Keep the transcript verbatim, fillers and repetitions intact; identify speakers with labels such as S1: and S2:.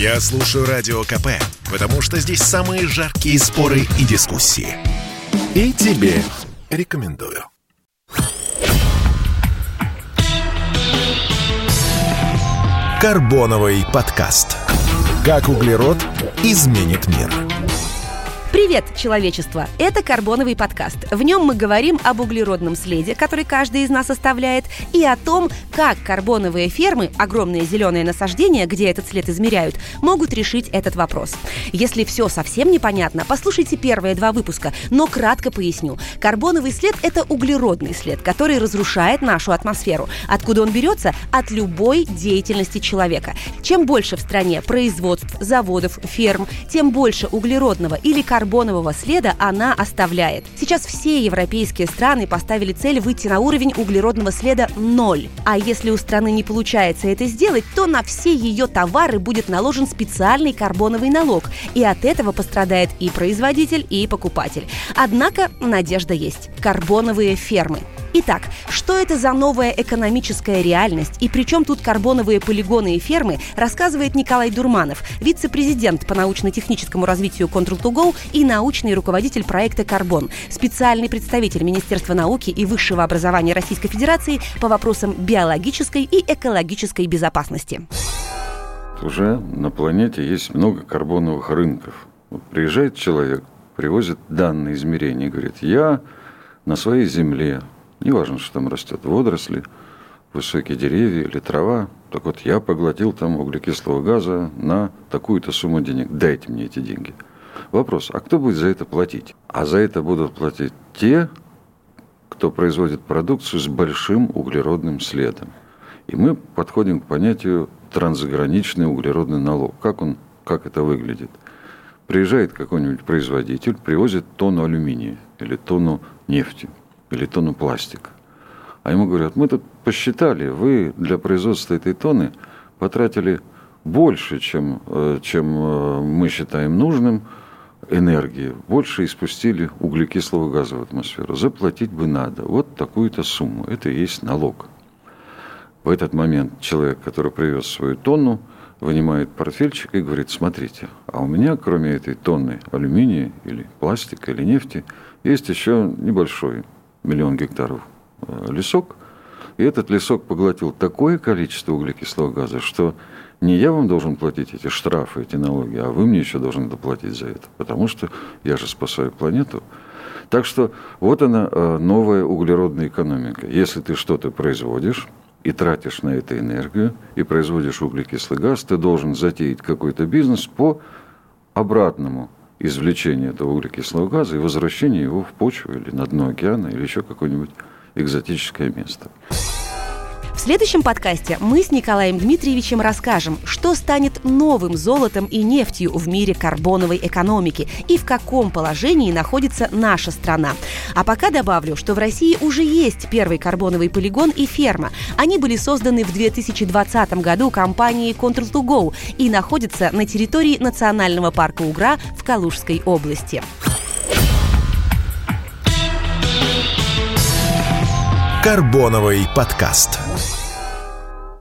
S1: Я слушаю Радио КП, потому что здесь самые жаркие споры и дискуссии. И тебе рекомендую. Карбоновый подкаст. Как углерод изменит мир.
S2: Привет, человечество! Это «Карбоновый подкаст». В нем мы говорим об углеродном следе, который каждый из нас оставляет, и о том, как карбоновые фермы, огромные зеленые насаждения, где этот след измеряют, могут решить этот вопрос. Если все совсем непонятно, послушайте первые два выпуска, но кратко поясню. Карбоновый след – это углеродный след, который разрушает нашу атмосферу. Откуда он берется? От любой деятельности человека. Чем больше в стране производств, заводов, ферм, тем больше углеродного или карбонового карбонового следа она оставляет. Сейчас все европейские страны поставили цель выйти на уровень углеродного следа ноль. А если у страны не получается это сделать, то на все ее товары будет наложен специальный карбоновый налог. И от этого пострадает и производитель, и покупатель. Однако надежда есть. Карбоновые фермы. Итак, что это за новая экономическая реальность и при чем тут карбоновые полигоны и фермы, рассказывает Николай Дурманов, вице-президент по научно-техническому развитию контрол ту гоу и научный руководитель проекта «Карбон», специальный представитель Министерства науки и высшего образования Российской Федерации по вопросам биологической и экологической безопасности.
S3: Уже на планете есть много карбоновых рынков. Вот приезжает человек, привозит данные измерения и говорит: я на своей земле, неважно, что там растет, водоросли, высокие деревья или трава. Так вот, я поглотил там углекислого газа на такую-то сумму денег. Дайте мне эти деньги. Вопрос: а кто будет за это платить? А за это будут платить те, кто производит продукцию с большим углеродным следом. И мы подходим к понятию трансграничный углеродный налог. Как он, как это выглядит? Приезжает какой-нибудь производитель, привозит тонну алюминия или тонну нефти, или тонну пластика. А ему говорят: мы тут посчитали, вы для производства этой тонны потратили больше, чем, чем мы считаем нужным, энергии, больше испустили углекислого газа в атмосферу. Заплатить бы надо вот такую-то сумму. Это и есть налог. В этот момент человек, который привез свою тонну, вынимает портфельчик и говорит: смотрите, а у меня, кроме этой тонны алюминия или пластика или нефти, есть еще небольшой миллион гектаров лесок, и этот лесок поглотил такое количество углекислого газа, что не я вам должен платить эти штрафы, эти налоги, а вы мне еще должны доплатить за это, потому что я же спасаю планету. Так что вот она, новая углеродная экономика. Если ты что-то производишь и тратишь на это энергию, и производишь углекислый газ, ты должен затеять какой-то бизнес по обратному извлечение этого углекислого газа и возвращение его в почву или на дно океана, или еще какое-нибудь экзотическое место.
S2: В следующем подкасте мы с Николаем Дмитриевичем расскажем, что станет новым золотом и нефтью в мире карбоновой экономики и в каком положении находится наша страна. А пока добавлю, что в России уже есть первый карбоновый полигон и ферма. Они были созданы в две тысячи двадцатом году компанией контрол ту гоу и находятся на территории Национального парка Угра в Калужской области.
S1: Карбоновый подкаст.